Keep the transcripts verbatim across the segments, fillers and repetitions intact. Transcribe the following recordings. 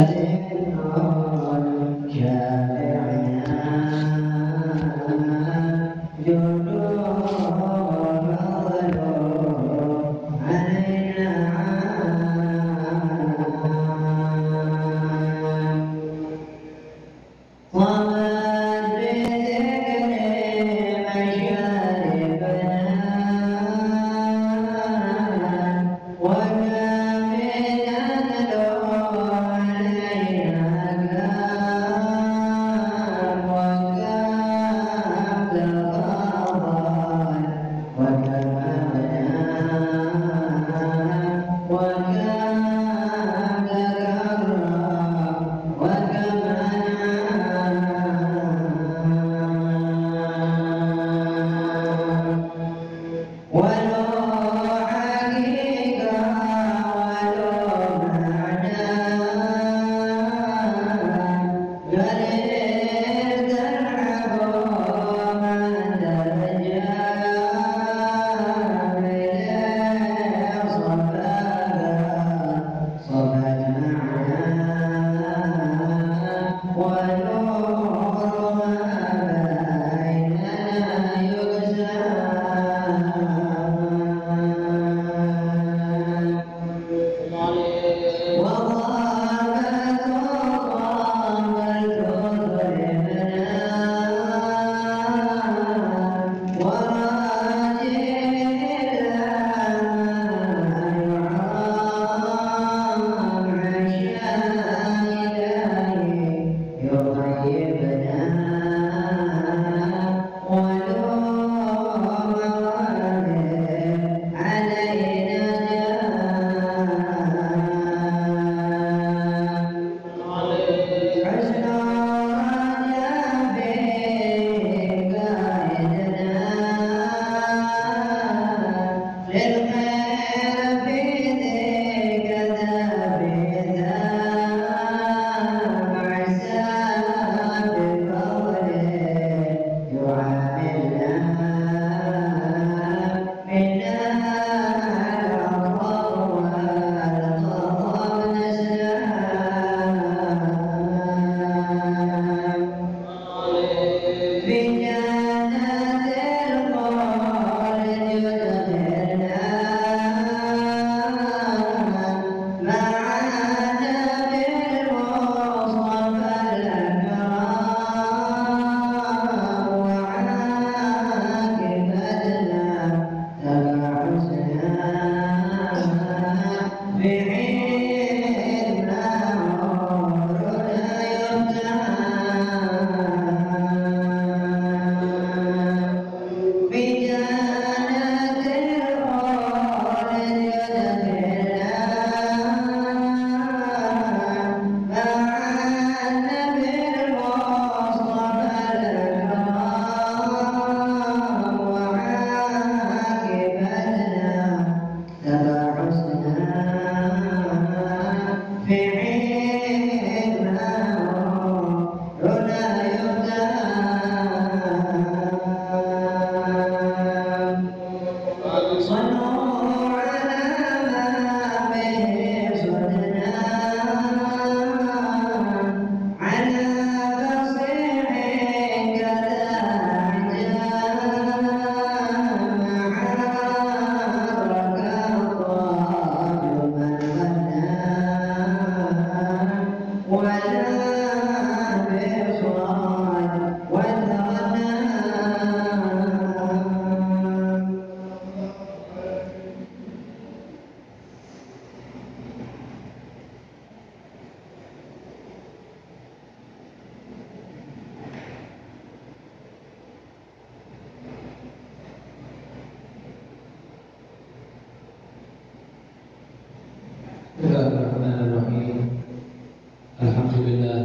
Bismillahirrahmanirrahim. Alhamdulillah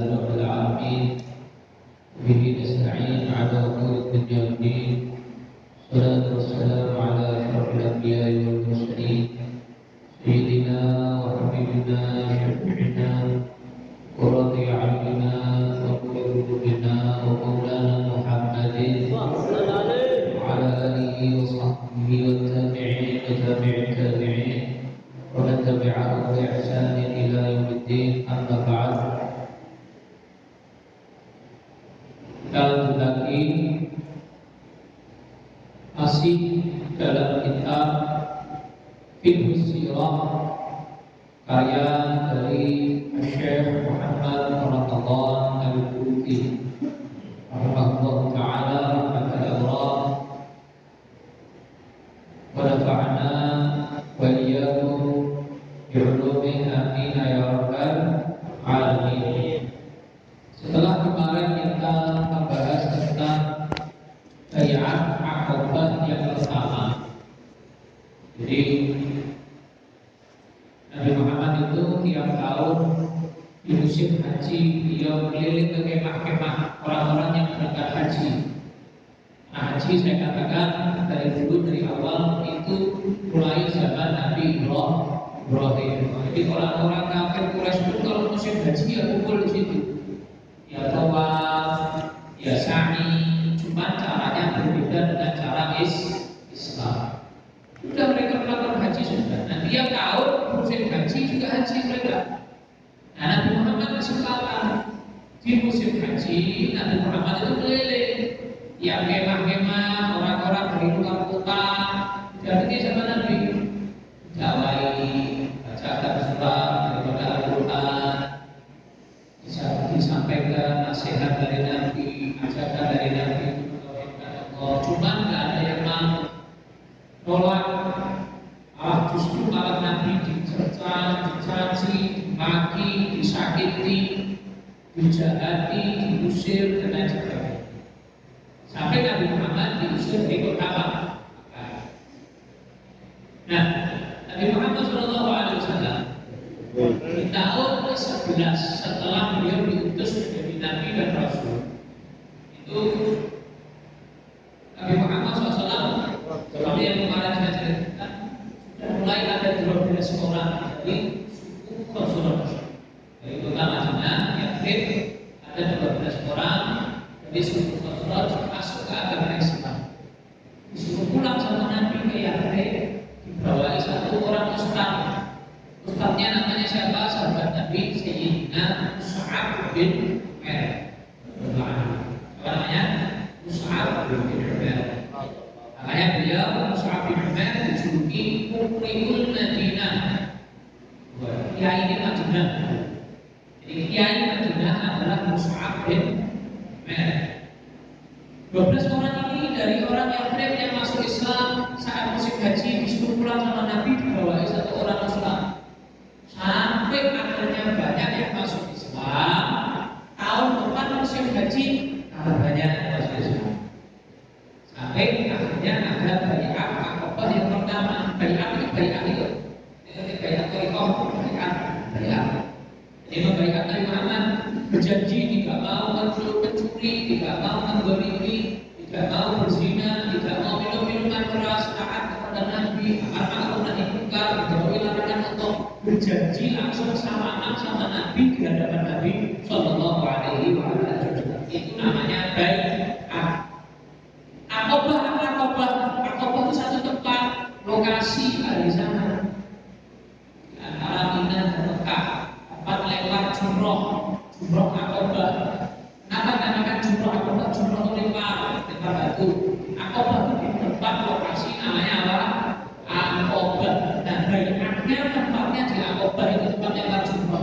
masih dalam kitab Fiqh Sirah karya dari Syekh Muhammad Ramadan Al-Buti rahimahullah ta'ala rahmatullah wa nafa'ana wa iyyakum bi ulumi amin ya rabbal alamin. Setelah kemarin kita membahas tentang bayat Aqabah yang pertama. Jadi Nabi Muhammad itu tiap tahun di musim haji beliau keliling ke kemah-kemah orang-orang yang berangkat haji. Nah, haji saya katakan dari dulu dari awal itu mulai zaman Nabi Ibrahim. Jadi orang-orang kafir Quraisy itu kalau musim haji ya kumpul di situ. Ya tawaf, ya sa'i, cuma caranya berbeda dengan cara Islam. Sudah mereka melakukan haji sudah. Nanti yang tahu musim haji juga haji mereka. Nah, Nabi Muhammad kesempatan di musim haji, Nabi Muhammad itu keliling, yang kemah-kemah orang-orang dari luar kota. Jadi sama Nabi Dawai, bacakan surat daripada Al-Quran, disampaikan nasihat dari Nabi, ajakan dari Nabi. Oh, cuma nggak ada yang mau nolak. Ah, justru malah Nabi dicerca, dicaci, dimaki, disakiti, dijahati, diusir dan lain sebagainya. Sampai Nabi Muhammad diusir di kota Makkah. Nah, Nabi Muhammad Shallallahu Alaihi Wasallam di tahun ke sebelas setelah beliau diutus menjadi Nabi dan Rasul, itu Nabi Muhammad shallallahu alaihi wasallam seperti yang kemarin saya ceritakan sudah mulai ada dua belas orang dari suku Khazraj. Dari kota Madinah, Yathrib, ada dua belas orang dari suku Khazraj masuk ke agama Islam. Disuruh pulang sama Nabi ke Yathrib, dibawahi satu orang ustaz. Ustaznya namanya siapa? Sahabat Nabi Sayyidina Mus'ab bin Umair. Apa namanya? Mus'ab bin Umair. Makanya beliau Mus'ab bin Umair dijuluki Muqri'ul Madinah. Kiai di Madinah. Jadi kiai Madinah adalah Mus'ab bin Umair. dua belas orang ini dari orang Yathrib yang masuk Islam saat musim haji disuruh pulang sama Nabi dibawahi satu orang Islam. Sampai akhirnya banyak yang masuk Islam. Tahun depan musim haji tambah banyak yang masuk Islam. Sampai akhirnya ada bayat Aqabah yang pertama. Bayat itu bayat itu. Ini bayat Thariqah, bayat, bayat. Ini membaiat Nabi Muhammad berjanji tidak mau mencuri, tidak mau menggolimi, tidak mau berzina, tidak mau minum minuman keras, taat kepada Nabi, akan melakukan nahi munkar, menjauhi larangan Allah. Berjanji langsung salaman sama Nabi di hadapan Nabi Sallallahu Alaihi Wasallam. Itu namanya bayat. Aqabah, Aqabah, Aqabah itu satu tempat lokasi di sana antara Mina dan Mekah. Tempat lempar jumroh, jumroh Aqabah. Kenapa namakan jumroh Aqabah? Jumroh itu lempar, lempar batu. Aqabah itu di tempat lokasi namanya apa? Aqabah. Nah, bayatnya tempatnya di Aqabah itu tempat lempar jumroh.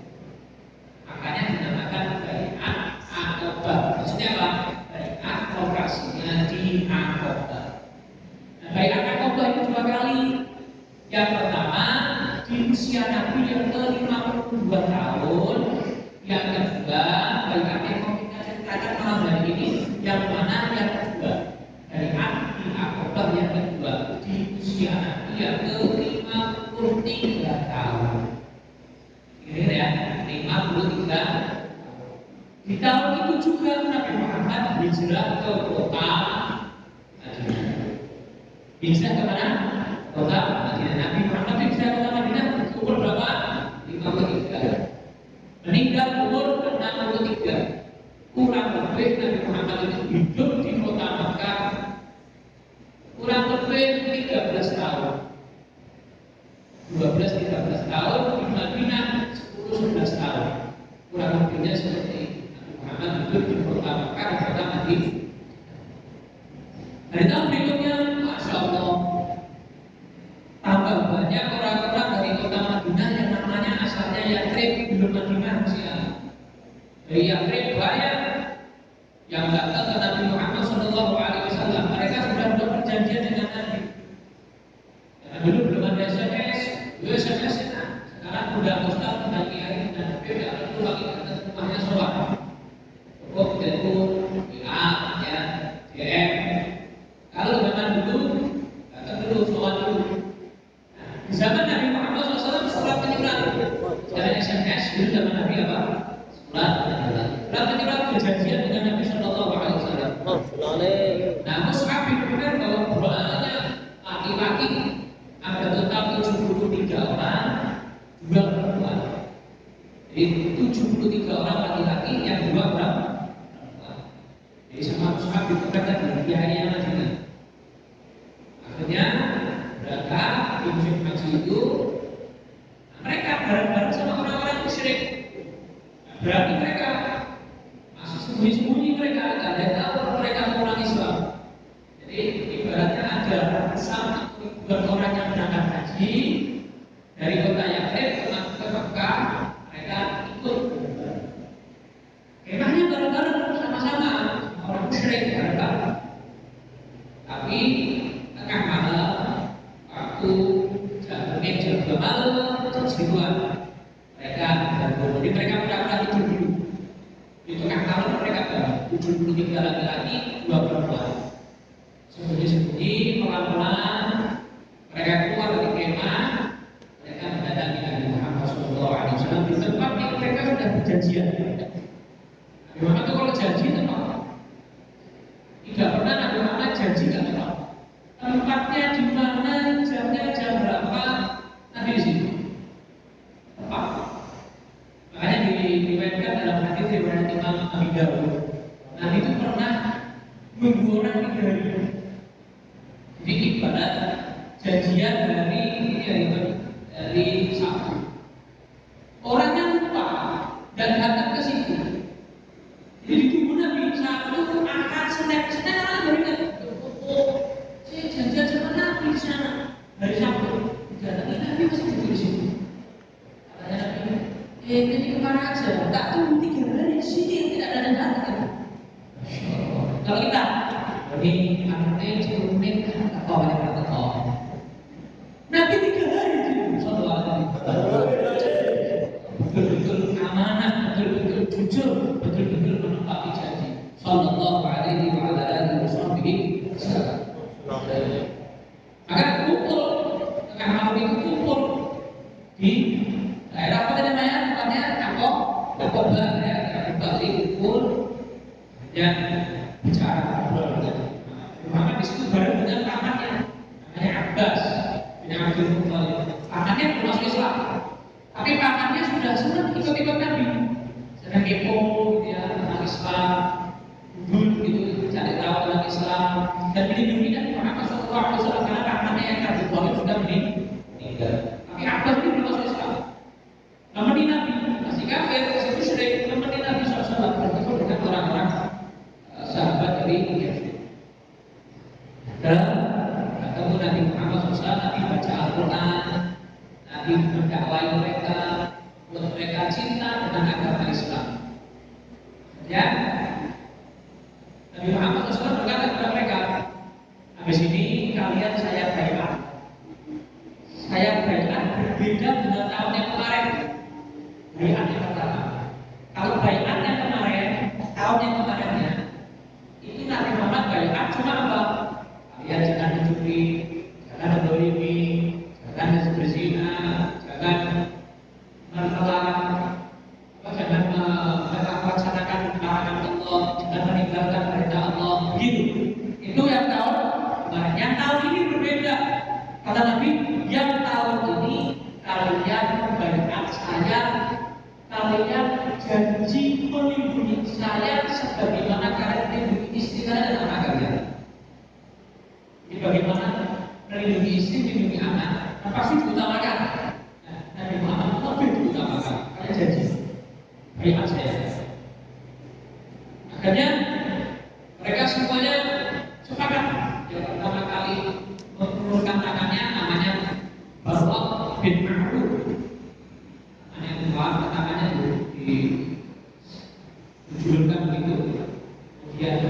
Makanya dinamakan bayat Aqabah. Maksudnya apa? Bayat lokasinya di Aqabah. Nah, bayat Aqabah itu dua kali. Yang pertama di usia Nabi yang ke lima puluh dua tahun. Yang kedua, bayat yang mau kita ceritakan malam hari ini, yang mana yang kedua dari Aqdi Aqabah yang kedua di usia Nabi yang ke lima puluh tiga tahun. Ini ya, lima puluh tiga. Di tahun itu juga Nabi Muhammad hijrah ke kota Madinah. Hijrah ke mana? Kota Madinah. Nabi Muhammad hijrah ke kota Madinah umur berapa? lima puluh tiga. Meninggal umur enam puluh tiga. Kurang lebih Nabi Muhammad itu hidup di kota Mekah kurang lebih tiga belas tahun. dua belas tiga belas tahun, di Madinah sepuluh sebelas tahun. Kurang lebihnya seperti itu. Nabi Muhammad hidup di kota Mekah dan kota Madinah. Dari tahun berikutnya banyak orang-orang dari kota Madinah yang namanya asalnya Yatrib, belum Madinah Rusia. Dari Yatrib banyak yang datang ke Nabi Muhammad shallallahu alaihi wasallam. Mereka sudah buat perjanjian dengan Nabi. Ya, dulu belum ada S M S, dulu S M S ya. Sekarang udah Ustaz, udah Kiai, dan beda. Itu lagi datang ke rumahnya soal. Cukup telepon, W A, ya, D M. Kalau zaman dulu, datang dulu soal dulu. Nah, di zaman Nabi Muhammad shallallahu alaihi wasallam surat penyurat. Sekarang S M S, dulu zaman Nabi apa? Surat penyurat. Surat penyurat perjanjian dengan Nabi shallallahu alaihi wasallam. Nah, Mus'ab bin Umair bahwa doanya laki-laki ada total tujuh puluh tiga orang, dua perempuan. Jadi tujuh puluh tiga orang laki-laki yang dua perempuan. Jadi sama Mus'ab bin Umair tadi biaya Madinah. Akhirnya berangkat di musim haji itu, mereka bareng-bareng sama orang-orang musyrik. Berarti mereka masih sembunyi-sembunyi, mereka tidak ada yang tahu mereka mau orang Islam. Jadi ibaratnya ada sama dua orang yang berangkat haji dari kota Yatrib ke Mekah, mereka ikut. Kemahnya bareng-bareng sama-sama orang musyrik bareng-bareng. Tapi tengah malam, waktu jam mungkin jam dua malam, jam segituan, mereka bangun. Jadi mereka pura-pura tidur dulu. Di tengah malam mereka bangun. tujuh puluh tiga laki-laki, dua perempuan. Sembunyi-sembunyi, pelan-pelan, mereka keluar dari kemah. Mereka mendatangi Nabi Muhammad shallallahu alaihi wasallam di tempat yang mereka sudah berjanjian. Nabi Muhammad itu kalau janji tempat, tidak pernah Nabi Muhammad janji tidak tempat. Tempatnya di mana, jamnya jam berapa, Nabi di situ. Tepat. Makanya diriwayatkan dalam hadis riwayat Imam Abu Dawud, Nabi itu pernah nunggu orang tiga hari. Jadi ibarat janjian dari dari dari Sabtu. Orangnya lupa dan datang ke situ. Jadi ditunggu Nabi Sabtu, Ahad, Senin, Senin orang berikan. Oh, saya janjian sama Nabi di sana hari Sabtu. Datangi Nabi masih duduk di situ. Katanya Nabi, eh ini kemana aja? Tak tunggu tiga hari di sini tidak ada yang datang. Kalau kita ini artinya sepuluh menit atau apa yang kita tahu. Nabi tiga hari itu satu hari. Betul-betul amanah, betul-betul jujur, betul-betul menepati janji. Sallallahu alaihi wa ala alihi wasallam. Maka kumpul tengah malam itu kumpul di daerah apa namanya? Tempatnya Akok, Akobah ya, Akobah kumpul dan bicara. Muhammad di situ bareng dengan pamannya, namanya Abbas bin Abdul Muthalib. Pamannya belum masuk Islam, tapi pamannya sudah senang ikut-ikut Nabi, senang kepo gitu ya tentang Islam, dulu gitu cari tahu tentang Islam dan melindungi Nabi Muhammad shallallahu alaihi wasallam karena pamannya yang Abdul Muthalib sudah meninggal. Tapi Abbas ini belum masuk Islam, nemenin Nabi masih kafir, masih musyrik, nemenin Nabi shallallahu alaihi wasallam bertemu dengan orang-orang sahabat dari Yathrieb. Dan ketemu Nabi Muhammad shallallahu alaihi wasallam, Nabi baca Al-Quran, Nabi mendakwai mereka, buat mereka cinta dengan agama Islam. Ya, Nabi Muhammad shallallahu alaihi wasallam berkata kepada mereka, habis ini kalian saya baiat. Saya baiat berbeda dengan tahun yang kemarin. Baiat yang pertama. Kalau baiat yang kemarin, tahun yang kemarinnya, itu Nabi Muhammad baiat cuma apa? Kalian jangan mencuri, jangan mendolimi, jangan berzina, jangan melarang, jangan melaksanakan larangan Allah, jangan meninggalkan perintah Allah. Begitu. Itu yang tahun kemarin. Yang tahun ini berbeda. Kata Nabi, yang tahun ini kalian baiat saya, kalian janji melindungi saya sebagaimana kalian melindungi istri kalian dan anak kalian. Jadi bagaimana melindungi istri, melindungi anak, nah, pasti diutamakan. Nah, Nabi Muhammad lebih diutamakan. Kalian janji baiat saya. Akhirnya mereka semuanya sepakat. Yang pertama kali menurunkan tangannya namanya Barwaq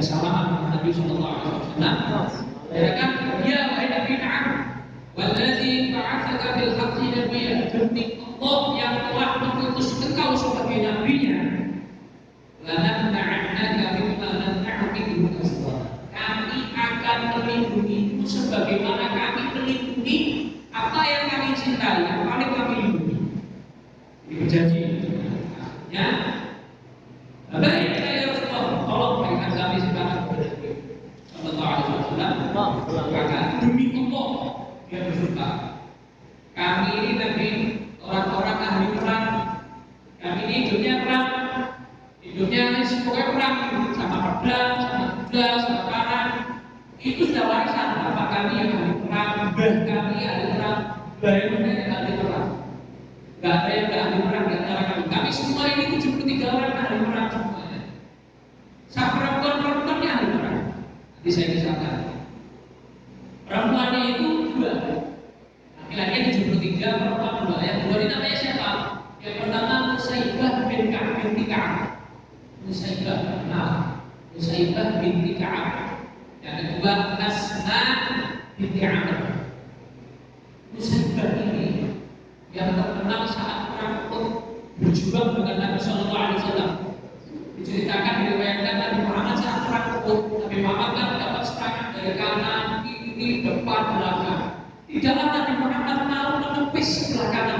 bersalaman dengan Nabi Shallallahu Alaihi Wasallam. Katakan, ya wahai Nabi, na'am, walladzi ba'atsaka bil haqqi nabiyyan, demi Allah yang telah mengutus engkau sebagai nabinya, lanamna'annaka mimma namna'u minhu azwaj. Kami akan melindungimu sebagaimana kami melindungi apa yang kami cintai, yang paling kami lindungi. Berjanji, ya. Baik, ya Rasulullah, tolong berikan kami sekarang kepada Nabi Sallallahu Alaihi Wasallam. Maka demi Allah dia bersumpah, kami ini Nabi orang-orang ahli perang, kami ini hidupnya perang, hidupnya pokoknya perang, sama pedang, sama kuda, sama parang. Itu sudah warisan bapak kami yang ahli perang, bah kami ahli perang, bayangnya yang ahli perang. Gak ada yang gak ahli perang di antara kami. Kami semua ini tujuh puluh tiga orang ahli perang semuanya. Sang perempuan-perempuannya ahli perang. Nanti saya kisahkan. Perempuannya itu dua. Laki-laki tujuh puluh tiga, perempuan dua. Yang dua ini namanya siapa? Yang pertama Nusaybah bin Ka'ab binti Ka'ab. Nusaybah, nah Nusaybah binti Ka'ab. Yang kedua Asma binti Amr. Nusaybah ini yang terkenal saat perang Uhud berjuang dengan Nabi Shallallahu Alaihi Wasallam. Diceritakan, diriwayatkan Nabi Muhammad saat perang Uhud, Nabi Muhammad kan dapat serangan dari kanan, kiri, depan, belakang. Tidaklah Nabi Muhammad mau menepis sebelah kanan,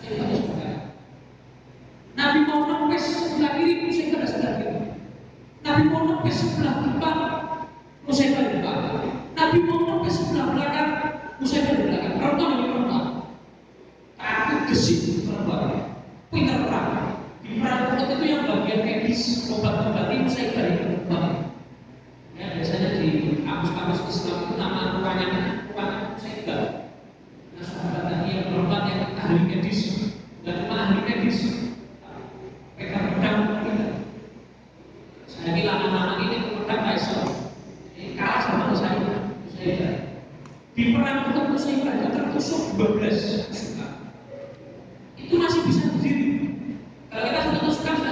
Nabi mau menepis sebelah kiri, Nusaybah sebelah kiri. Nabi mau menepis sebelah depan, Nusaybah di depan. Nabi mau menepis sebelah belakang, Nusaybah di belakang. Perempuan demi perempuan. Aku gesit perempuan, pintar perang. Di perang Uhud itu yang bagian medis, obat-obat itu saya beri perempuan. Ya biasanya di kampus-kampus Islam itu nama ruangannya ruangan saya beri. Nah sahabat tadi yang perempuan yang ahli medis, dan cuma ahli medis, pegang pedang pintar. Saya bilang anak-anak ini pedang Faisal, kalah sama saya, saya beri. Di perang Uhud itu saya beri tertusuk dua belas suka. Itu masih bisa berdiri. Kalau kita sudah tusukan sudah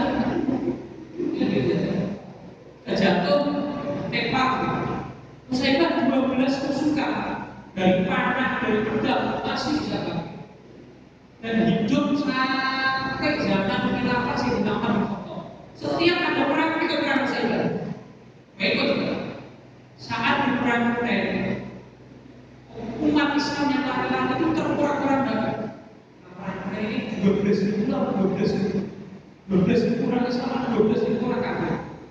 sudah jatuh, tembak. Nusaybah dua belas tusukan dari panah, dari pedang masih bisa pakai. Dan hidup sampai zaman khilafah Sayyidina Umar bin Khattab. Setiap ada perang ikut perang Nusaybah. Ikut juga. Saat di perang Hunain, umat Islam yang laki-laki itu terkurang-kurang banget. Ini dua belas ribu lah, dua belas ribu dua belas ribu orang Islam, dua belas ribu orang kafir.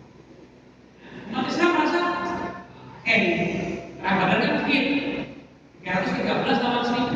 Umat Islam merasa eh, Ramadan kan sedikit tiga ratus tiga belas lawan seribu.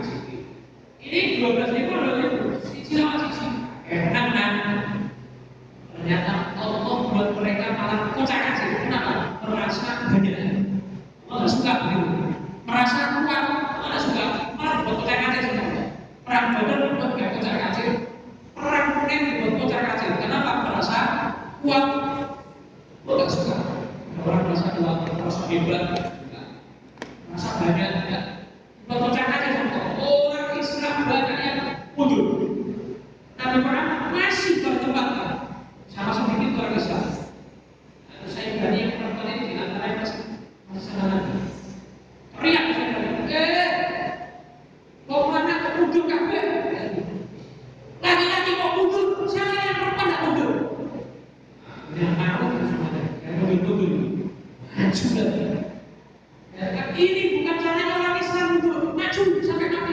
Ini dua belas ribu dua ribu sisi lawan sisi. Eh, menang-menang. Ternyata Allah buat mereka malah kocak kasih. Kenapa? Merasa banyak. Allah suka begitu. Merasa kuat, Allah suka. Malah buat kocak kasih semua. Perang Badar dibuat gak kocar-kacir, perang Hunain dibuat kocar-kacir. Kenapa? Merasa kuat. Lo gak suka. Orang merasa kuat, merasa hebat, merasa banyak, tidak. Buat kocar-kacir contoh. Orang Islam banyak yang mundur. Nabi Muhammad masih bertempat sama sedikit orang Islam. Nah, saya berani yang perempuan ini di antara yang masih masih sama Nabi. Teriak saya berani. Eh, mau mana ke mundur kabeh? Laki-laki mau mundur, siapa yang perempuan tak mundur? Yang mau semuanya, yang mundur-mundur, maju lagi. Ya kan ini bukan caranya orang Islam mundur, maju sampai mati.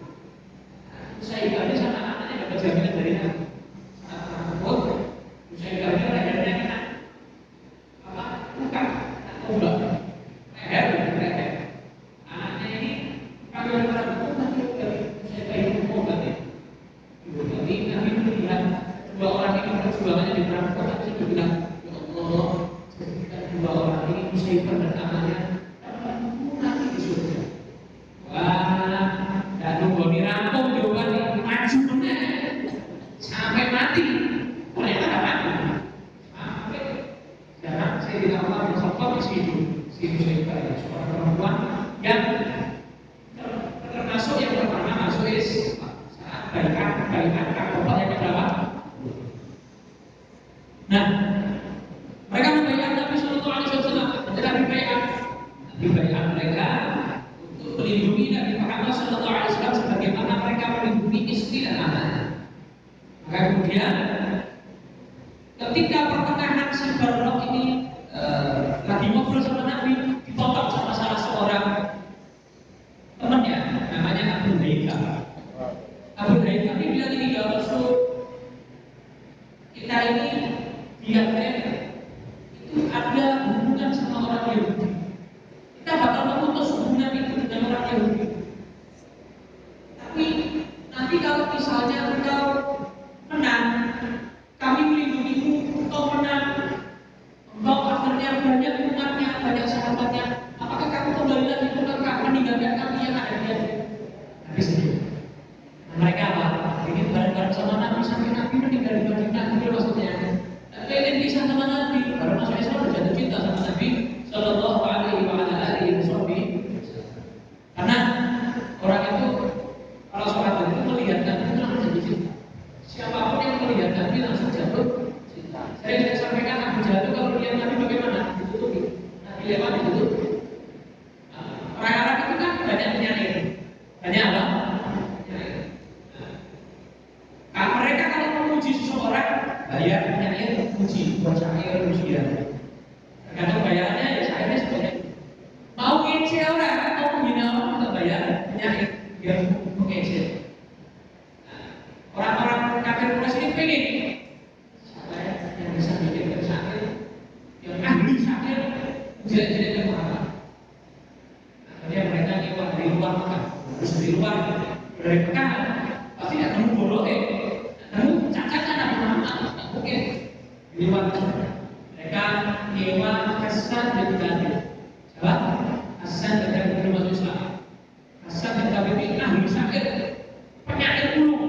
Saya ibadah sama anak-anaknya dapat jaminan dari Nabi. Saat perang Uhud, saya ibadah lehernya kena apa? Bukan, ombak, leher, leher. Anaknya ini kalau yang perang Uhud nanti saya kayak mau ganti. Jadi Nabi melihat dua orang ini perjuangannya di perang Uhud, Nabi sudah bilang, ya Allah, jadikan dua orang ini Nusaybah dan anaknya nanti di surga. Wah, dan nunggu rampung jawaban maju benar sampai mati. Ternyata tidak mati. Sampai jangan saya tidak pernah berkhotbah di situ. Situ Nusaybah, seorang perempuan yang termasuk yang pertama masuk Islam saat baikat baikat Ka'bah yang kedua. Nah, mereka membaikat Nabi Sallallahu Alaihi Ketika pertengahan si Barok ini uh, lagi ngobrol sama Nabi, dipotong sama salah seorang temannya, namanya Abu Haitham. Abu Haitham ini bilang ini, ya Rasul, kita ini di Yaman itu ada hubungan sama orang Yahudi. Kita bakal memutus hubungan itu dengan orang Yahudi. Tapi nanti kalau misalnya engkau menang, kami melindungimu, engkau menang, engkau akhirnya banyak umatnya, banyak sahabatnya, apakah kamu kembali lagi ke Mekah meninggalkan kami yang ada di Yaman? Nabi setuju. Mereka apa? Ingin bareng-bareng sama Nabi sampai Nabi meninggal di Madinah, itu maksudnya. Tapi ingin pisah sama Nabi, baru masuk Islam jatuh cinta sama Nabi Sallallahu Alaihi Wasallam. Karena orang itu kalau sholat itu melihat Nabi itu langsung jatuh cinta. Siapapun yang melihat Nabi langsung jatuh cinta. Saya sudah sampaikan Abu Jahal kalau melihat Nabi bagaimana? Ditutupi. Nabi lewat ditutupi. Orang-orang itu kan banyak penyair. Banyak apa? Nah, mereka kalau memuji seseorang, bayar penyair puji, buat syair pujian. Tergantung bayarannya ya syairnya sebenarnya. Mau ngece orang, mau menghina orang, kita bayar penyair biar mengece. Orang-orang kafir Quraisy ini pengen siapa yang bisa bikin syair, yang ahli syair, jelek-jelek dan mahal. Akhirnya mereka nyewa dari luar Mekah, terus dari luar dari Mekah pasti nggak temu bodoh eh. Namun cacatnya Nabi Muhammad tidak mungkin di luar mereka nyewa Hasan bin Thabit. Siapa? Hasan bin Thabit belum masuk Islam. Hasan bin Thabit ini ahli syair, penyair ulung.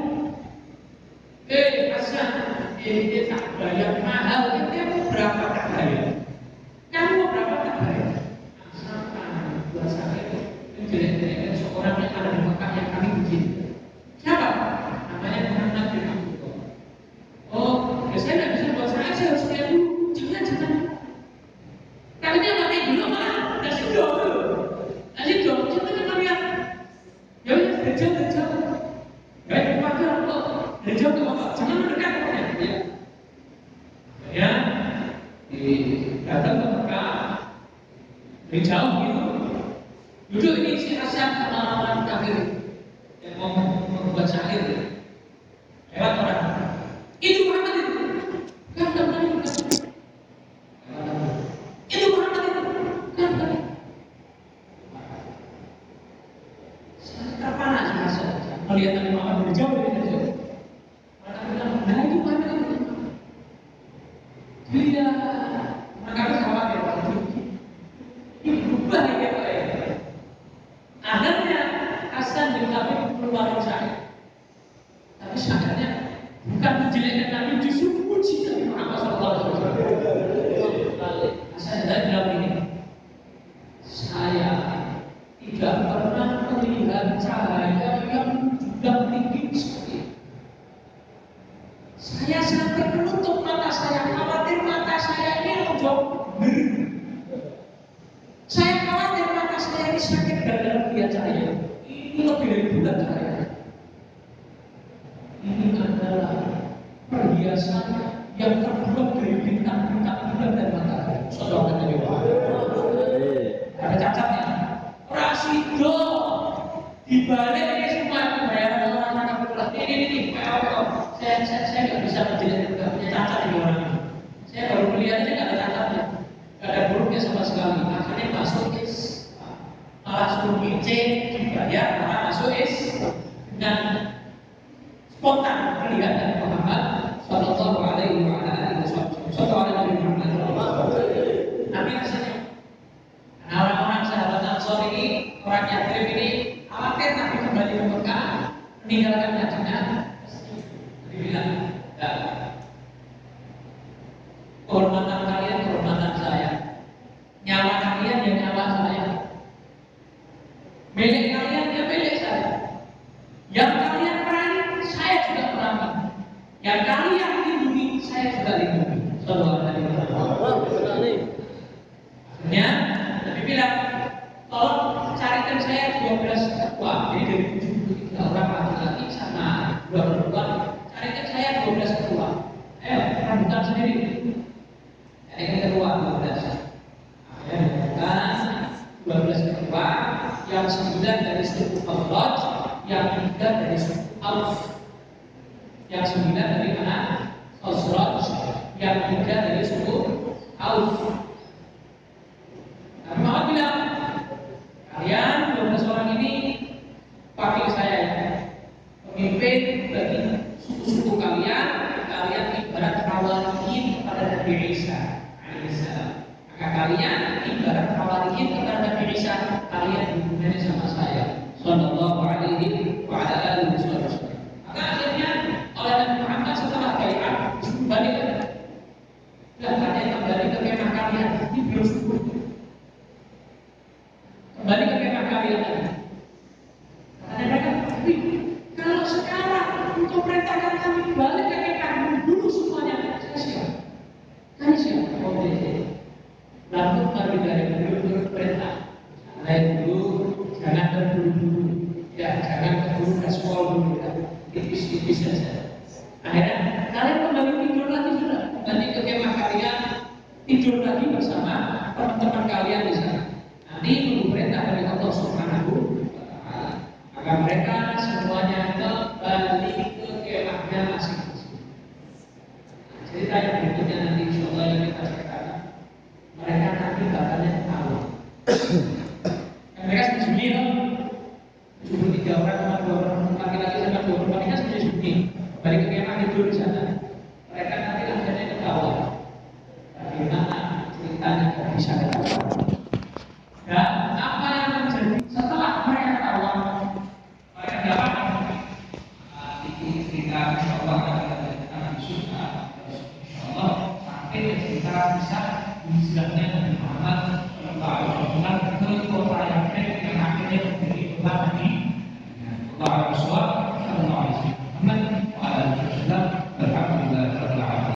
Eh Hasan, ini tak bayar mahal. Ini mau berapa tak bayar? Kamu mau berapa tak bayar? Asalkan buat syair menjelek-jelekkan seorang yang ada di Mekah yang kami bikin. Siapa? Namanya Muhammad bin Abdullah. Oh, ya saya tidak bisa buat saya, saya harus lihat dulu. Jangan, jangan. Kalian yang pakai dulu malah kasih dong dulu. Kasih dong, jangan kita lihat. Ya udah, berjauh, berjauh. Baik, kepada Allah. Berjauh ke Allah. Jangan mendekat kepada dia. Ya, di datang ke Mekah, dari jauh gitu. Duduk ini si Hasan sama orang kafir yang mau membuat syair. Lewat orang. Itu Muhammad itu. Kan kan itu. Itu Muhammad itu. Kan kan. Saya terpana sih Hasan. Melihat Nabi Muhammad dari jauh dari jauh. Mereka bilang, nah itu Muhammad itu. Dia mereka harus khawatir. Ini berubah ya Pak ya. Akhirnya Hasan bin Thabit keluar syair. Tapi syairnya bukan menjelekkan Nabi, justru puji Nabi Muhammad Sallallahu Alaihi Wasallam. Hasan bin Thabit bilang ini, saya tidak pernah melihat cahaya yang juga tinggi seperti itu. Saya sampai menutup mata saya, khawatir mata saya ini ronjok. Saya khawatir mata saya ini sakit gara-gara melihat cahaya. Ini lebih dari bulan cahaya. Ini adalah perhiasan yang terbuat dari bintang-bintang bulan dan matahari. Saudara Nabi Muhammad. Ada cacatnya. Rasido dibalik ini semua pembayaran orang-orang kebetulan ini ini ini. Saya saya saya nggak bisa menjelaskan, nggak punya cacat ini orang ini. Saya baru melihat aja nggak ada cacatnya, nggak ada buruknya sama sekali. Akhirnya masuk is, malah suruh ngece dibayar, malah masuk is dengan spontan melihat dari Muhammad Sallallahu Alaihi Wasallam. Sallallahu Alaihi Wasallam. Nabi rasanya, karena orang-orang sahabat Ansor ini, orang Yatrib ini khawatir Nabi kembali ke Mekah, meninggalkan Madinah. Nabi bilang, ya, kehormatan kalian kehormatan saya, nyawa kalian ya nyawa saya, milik kalian ya milik saya. Yang kalian perangi, saya juga perangi. Yang kalian lindungi, saya juga lindungi. Sallallahu Alaihi Wasallam. Akhirnya Nabi bilang, tolong carikan saya dua belas ketua. Jadi dari tujuh puluh tiga orang laki-laki sama dua perempuan, carikan saya dua belas ketua. Ayo, rambutan bukan sendiri. Yang kedua dua belas. Akhirnya bukan dua belas kedua, yang sembilan dari suku Khazraj, yang tiga dari suku Auf. Yang sembilan dari mana? Khazraj, yang tiga dari suku Auf. Nah, Muhammad bilang, kalian dua belas orang ini wakil saya ya, pemimpin bagi suku-suku kalian. Kalian ibarat hawariyin kepada Nabi Isa alaihissalam. Maka kalian ibarat hawariyin kepada Nabi Isa. Kalian hubungannya sama saya Sallallahu alaihi wa ala alihi wasallam. Maka akhirnya oleh Nabi Muhammad setelah bai'at kembali ke Nah, kalian kembali ke kemah kalian. Ini belum cukup. Kembali ke kemah kalian tadi. Karena mereka, tapi kalau sekarang untuk perintahkan kami balik ke kemah dulu semuanya, saya siap. Kami siap. Oh, jadi lalu kami dari dulu perintah. Lain dulu, jangan terburu-buru. Ya, jangan terburu gaspol dulu. Tipis-tipis saja. Akhirnya kalian kembali tidur lagi sudah. Kembali ke kemah kalian, tidur lagi bersama teman-teman kalian di sana. Nanti tunggu perintah dari Allah Subhanahu wa Ta'ala. Maka mereka semuanya kembali ke kemahnya masing-masing. Cerita yang berikutnya nanti insya Allah yang kita ceritakan, mereka nanti bakalnya tahu. Dan mereka sembunyi loh. tujuh puluh tiga orang sama dua orang laki-laki sama dua orang mereka sembunyi. Kembali ke kemah tidur di sana. Mereka nanti akhirnya ketawa. Bagaimana ceritanya kok bisa ketawa? Dan apa yang terjadi setelah mereka ketawa? Mereka dapat ini cerita insyaallah kita bisa insyaallah sampai cerita bisa dijelaskan Nabi Muhammad Shallallahu Alaihi Wasallam ke kota yang yang akhirnya menjadi ulama di Allah Rasul